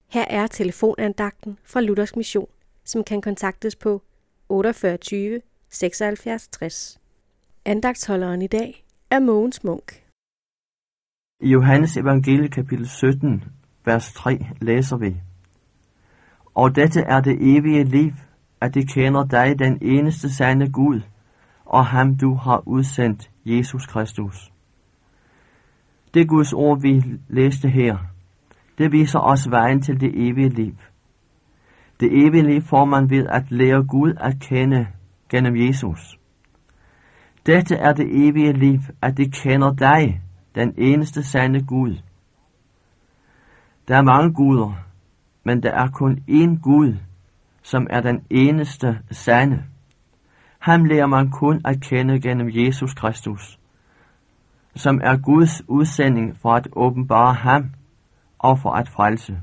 Her er telefonandagten fra Luthersk Mission, som kan kontaktes på 48 76 60. Andagtsholderen i dag er Mogens Munk. I Johannes evangelie kapitel 17, vers 3 læser vi: Og dette er det evige liv, at de kender dig, den eneste sande Gud, og ham du har udsendt, Jesus Kristus. Det Guds ord, vi læste her, det viser os vejen til det evige liv. Det evige liv får man ved at lære Gud at kende gennem Jesus. Dette er det evige liv, at de kender dig, den eneste sande Gud. Der er mange guder, men der er kun én Gud, som er den eneste sande. Ham lærer man kun at kende gennem Jesus Kristus, som er Guds udsending for at åbenbare ham og for at frelse.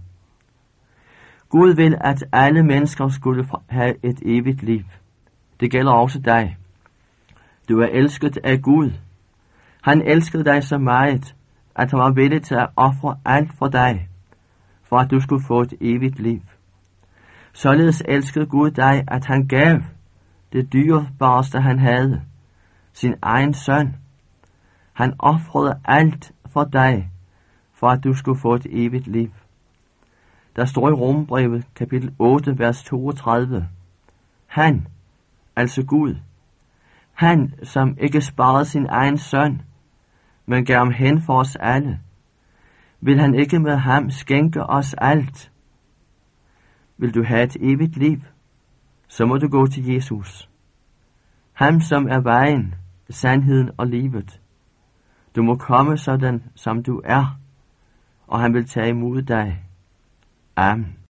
Gud vil, at alle mennesker skulle have et evigt liv. Det gælder også dig. Du er elsket af Gud. Han elskede dig så meget, at han var villig til at ofre alt for dig, for at du skulle få et evigt liv. Således elskede Gud dig, at han gav det dyrebareste han havde, sin egen søn. Han ofrede alt for dig, for at du skulle få et evigt liv. Der står i Romerbrevet kapitel 8, vers 32. Han, altså Gud, han som ikke sparede sin egen søn, men gav ham hen for os alle, vil han ikke med ham skænke os alt? Vil du have et evigt liv, så må du gå til Jesus. Ham som er vejen, sandheden og livet. Du må komme sådan som du er, og han vil tage imod dig. Amen.